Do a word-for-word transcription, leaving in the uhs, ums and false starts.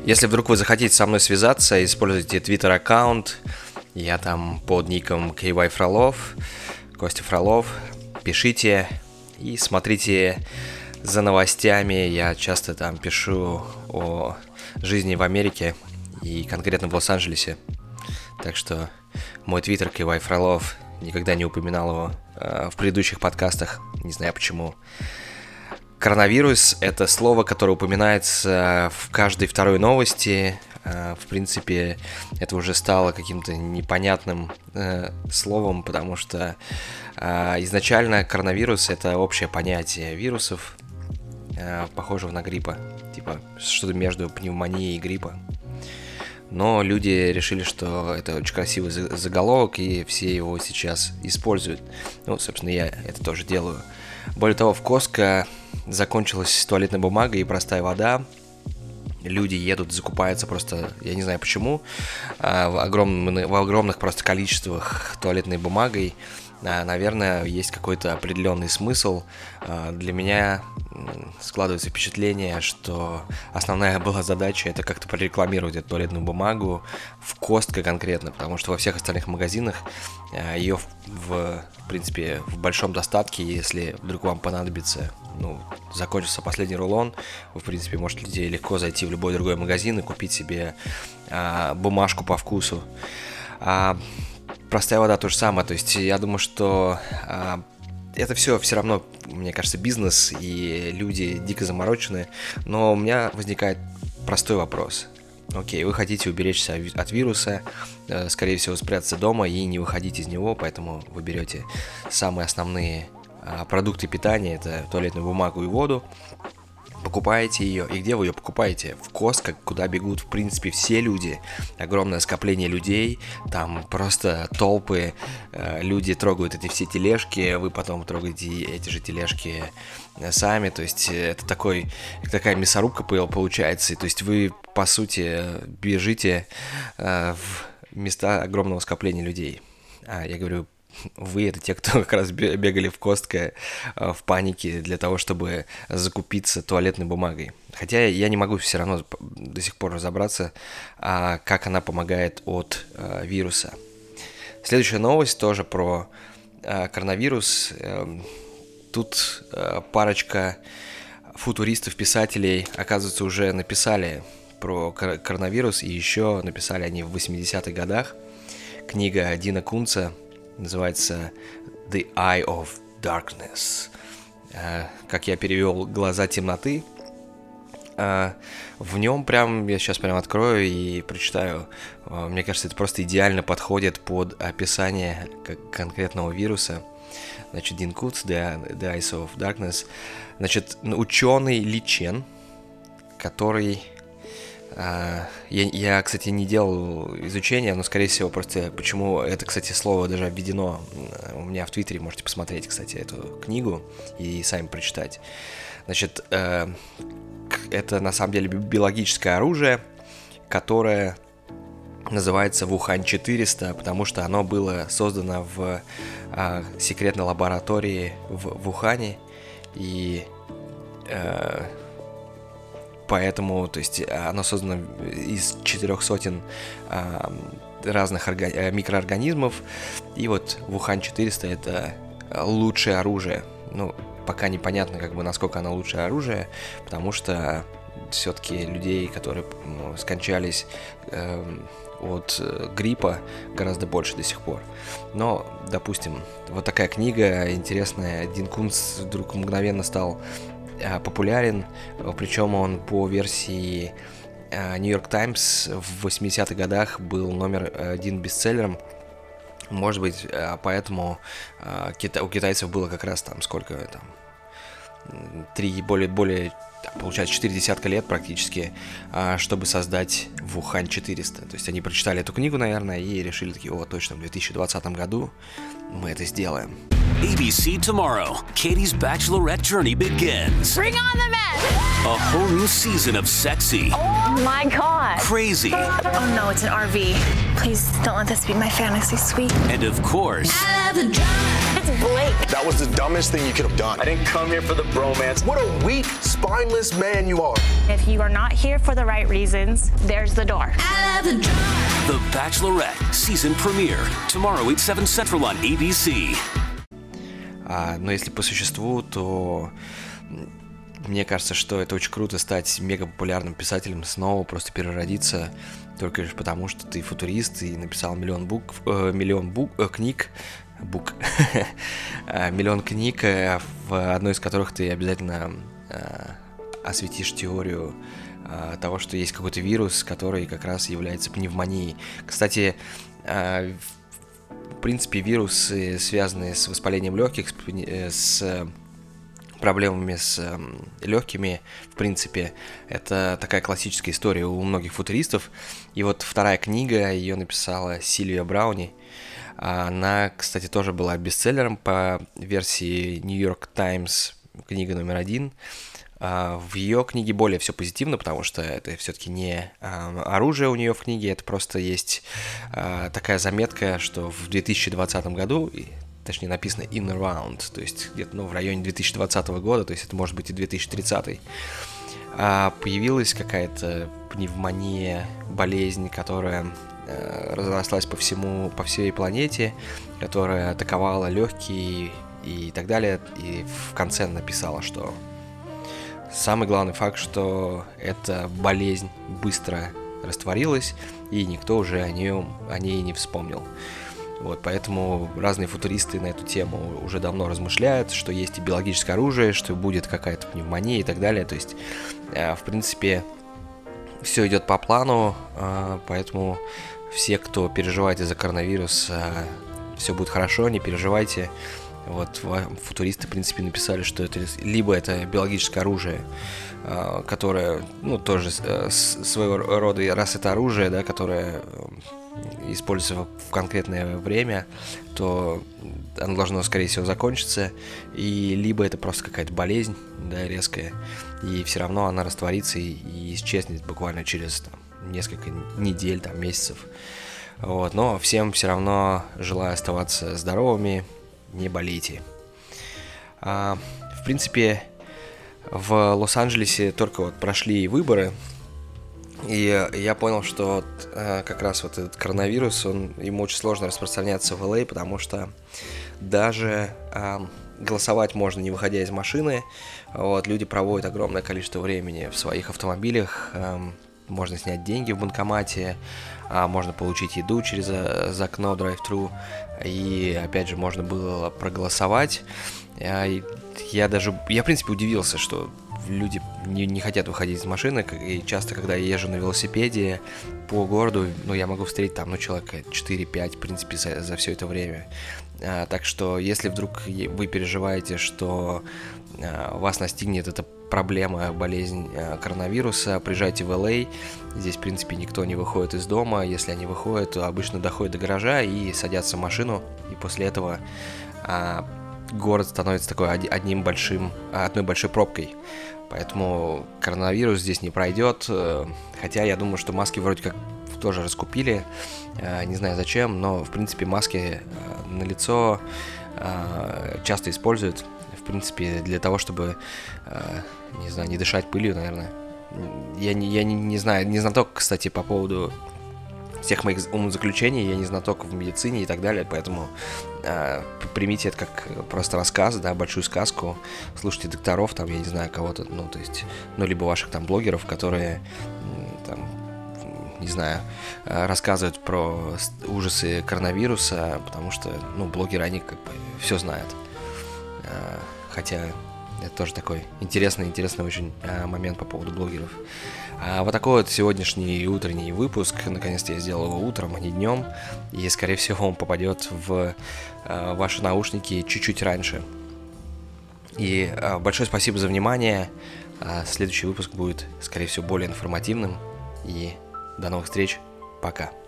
Если вдруг вы захотите со мной связаться, используйте Twitter-аккаунт. Я там под ником кей вай Фролов, Костя Фролов. Пишите и смотрите за новостями. Я часто там пишу о жизни в Америке и конкретно в Лос-Анджелесе. Так что мой твиттер кей вай Фролов, никогда не упоминал его э, в предыдущих подкастах, не знаю почему. Коронавирус – это слово, которое упоминается в каждой второй новости. Э, в принципе, это уже стало каким-то непонятным э, словом, потому что э, изначально коронавирус – это общее понятие вирусов, э, похожего на гриппа, типа что-то между пневмонией и гриппом. Но люди решили, что это очень красивый заголовок, и все его сейчас используют. Ну, собственно, я это тоже делаю. Более того, в Costco закончилась туалетная бумага и простая вода. Люди едут, закупаются просто, я не знаю почему, в, огромных, в огромных просто количествах туалетной бумагой. Наверное, есть какой-то определенный смысл. Для меня складывается впечатление, что основная была задача это как-то прорекламировать эту туалетную бумагу в Costco конкретно, потому что во всех остальных магазинах ее в, в принципе в большом достатке. Если вдруг вам понадобится, ну, закончился последний рулон, вы в принципе можете легко зайти в любой другой магазин и купить себе а, бумажку по вкусу. А, простая вода то же самое, то есть я думаю, что а, это все все равно, мне кажется, бизнес, и люди дико заморочены, но у меня возникает простой вопрос. Окей, вы хотите уберечься от вируса, скорее всего, спрятаться дома и не выходить из него, поэтому вы берете самые основные продукты питания, это туалетную бумагу и воду, покупаете ее. И где вы ее покупаете? В Costco, куда бегут, в принципе, все люди. Огромное скопление людей. Там просто толпы. Люди трогают эти все тележки. Вы потом трогаете эти же тележки сами. То есть это такой, такая мясорубка получается. То есть вы, по сути, бежите в места огромного скопления людей. А, я говорю, вы — это те, кто как раз бегали в Costco в панике для того, чтобы закупиться туалетной бумагой. Хотя я не могу все равно до сих пор разобраться, как она помогает от вируса. Следующая новость тоже про коронавирус. Тут парочка футуристов, писателей, оказывается, уже написали про коронавирус, и еще написали они в восьмидесятых годах. Книга Дина Кунца называется The Eye of Darkness. Как я перевел, «Глаза темноты». В нем прям, я сейчас прям открою и прочитаю. Мне кажется, это просто идеально подходит под описание конкретного вируса. Значит, Дин Кунц, The, The Eyes of Darkness. Значит, ученый Ли Чен, который... Я, я, кстати, не делал изучения, но, скорее всего, просто почему это, кстати, слово даже обведено у меня в Твиттере, можете посмотреть, кстати, эту книгу и сами прочитать. Значит, это на самом деле биологическое оружие, которое называется Вухань четыреста, потому что оно было создано в секретной лаборатории в Вухане, и... Поэтому, то есть, оно создано из четырех сотен а, разных орга- микроорганизмов. И вот Вухань четыреста это лучшее оружие. Ну, пока непонятно, как бы, насколько оно лучшее оружие, потому что все-таки людей, которые ну, скончались э, от гриппа, гораздо больше до сих пор. Но, допустим, вот такая книга интересная. Дин Кунц вдруг мгновенно стал популярен, причем он по версии New York Times в восьмидесятых годах был номер один бестселлером. Может быть, поэтому у китайцев было как раз там сколько там три, более, более получается, четыре десятка лет практически, чтобы создать Вухань четыреста. То есть они прочитали эту книгу, наверное, и решили такие: о, точно, в две тысячи двадцатом году мы это сделаем. A B C tomorrow. Katie's bachelorette journey begins. Bring on the men! A whole new season of sexy. Oh my God. Crazy. Oh no, it's an R V. Please don't let this be my fantasy suite. And of course, I love the drama. It's Blake. That was the dumbest thing you could have done. I didn't come here for the bromance. What a weak, spineless man you are. If you are not here for the right reasons, there's the door. The Bachelorette season premiere tomorrow at seven Central on A B C. А, но если по существу, то мне кажется, что это очень круто стать мега популярным писателем снова, просто переродиться только лишь потому, что ты футурист и написал миллион букв, э, миллион бук, э, книг, бук, миллион книг, в одной из которых ты обязательно э, осветишь теорию э, того, что есть какой-то вирус, который как раз является пневмонией. Кстати, э, в принципе, вирусы, связанные с воспалением легких, с, с проблемами с э, легкими, в принципе, это такая классическая история у многих футуристов. И вот вторая книга, ее написала Сильвия Брауни. Она, кстати, тоже была бестселлером по версии New York Times, книга номер один. В ее книге более все позитивно, потому что это все-таки не оружие у нее в книге, это просто есть такая заметка, что в две тысячи двадцатом году, точнее написано in around, то есть где-то ну, в районе две тысячи двадцатого года, то есть это может быть и две тысячи тридцатый, появилась какая-то пневмония, болезнь, которая разрослась по всему, по всей планете, которая атаковала легкие и так далее, и в конце написала, что самый главный факт, что эта болезнь быстро растворилась, и никто уже о ней, о ней не вспомнил. Вот, поэтому разные футуристы на эту тему уже давно размышляют, что есть и биологическое оружие, что будет какая-то пневмония и так далее. То есть, в принципе, все идет по плану, поэтому все, кто переживает из-за коронавируса, все будет хорошо, не переживайте. Вот футуристы, в принципе, написали, что это либо это биологическое оружие, которое, ну, тоже своего рода, раз это оружие, да, которое используется в конкретное время, то оно должно, скорее всего, закончиться, и либо это просто какая-то болезнь, да, резкая, и все равно она растворится и, и исчезнет буквально через там, несколько недель, там, месяцев. Вот, но всем все равно желаю оставаться здоровыми, не болейте. А, в принципе, в Лос-Анджелесе только вот прошли выборы, и я понял, что а, как раз вот этот коронавирус, он, ему очень сложно распространяться в Эл Эй, потому что даже а, голосовать можно, не выходя из машины. Вот, люди проводят огромное количество времени в своих автомобилях, а, можно снять деньги в банкомате, а, можно получить еду через за окно drive-thru, и опять же можно было проголосовать. Я даже, я в принципе удивился, что люди не, не хотят выходить из машины, и часто, когда я езжу на велосипеде по городу, ну, я могу встретить там, ну, человека четыре-пять, в принципе, за, за все это время. А, так что, если вдруг вы переживаете, что а, вас настигнет эта проблема, болезнь а, коронавируса, приезжайте в Эл Эй. Здесь, в принципе, никто не выходит из дома. Если они выходят, то обычно доходят до гаража и садятся в машину, и после этого а, город становится такой одним большим, одной большой пробкой. Поэтому коронавирус здесь не пройдет. Хотя я думаю, что маски вроде как тоже раскупили. Не знаю зачем, но в принципе маски на лицо часто используют. В принципе, для того, чтобы, не знаю, не дышать пылью, наверное. Я не, я не, не знаю, не знаток, кстати, по поводу всех моих умозаключений, я не знаток в медицине и так далее, поэтому э, примите это как просто рассказ, да, большую сказку, слушайте докторов, там, я не знаю, кого-то, ну, то есть, ну, либо ваших там блогеров, которые, там, не знаю, рассказывают про ужасы коронавируса, потому что, ну, блогеры, они как бы все знают, э, хотя это тоже такой интересный, интересный очень э, момент по поводу блогеров. А вот такой вот сегодняшний утренний выпуск. Наконец-то я сделал его утром, а не днем. И, скорее всего, он попадет в э, ваши наушники чуть-чуть раньше. И э, большое спасибо за внимание. А следующий выпуск будет, скорее всего, более информативным. И до новых встреч. Пока.